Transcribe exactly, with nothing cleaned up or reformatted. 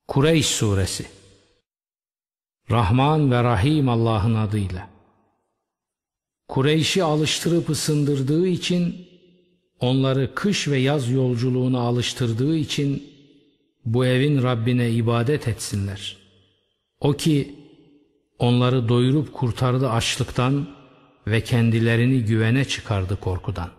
Kureyş Suresi. Rahman ve Rahim Allah'ın adıyla. Kureyş'i alıştırıp ısındırdığı için, onları kış ve yaz yolculuğuna alıştırdığı için bu evin Rabbine ibadet etsinler. O ki onları doyurup kurtardı açlıktan ve kendilerini güvene çıkardı korkudan.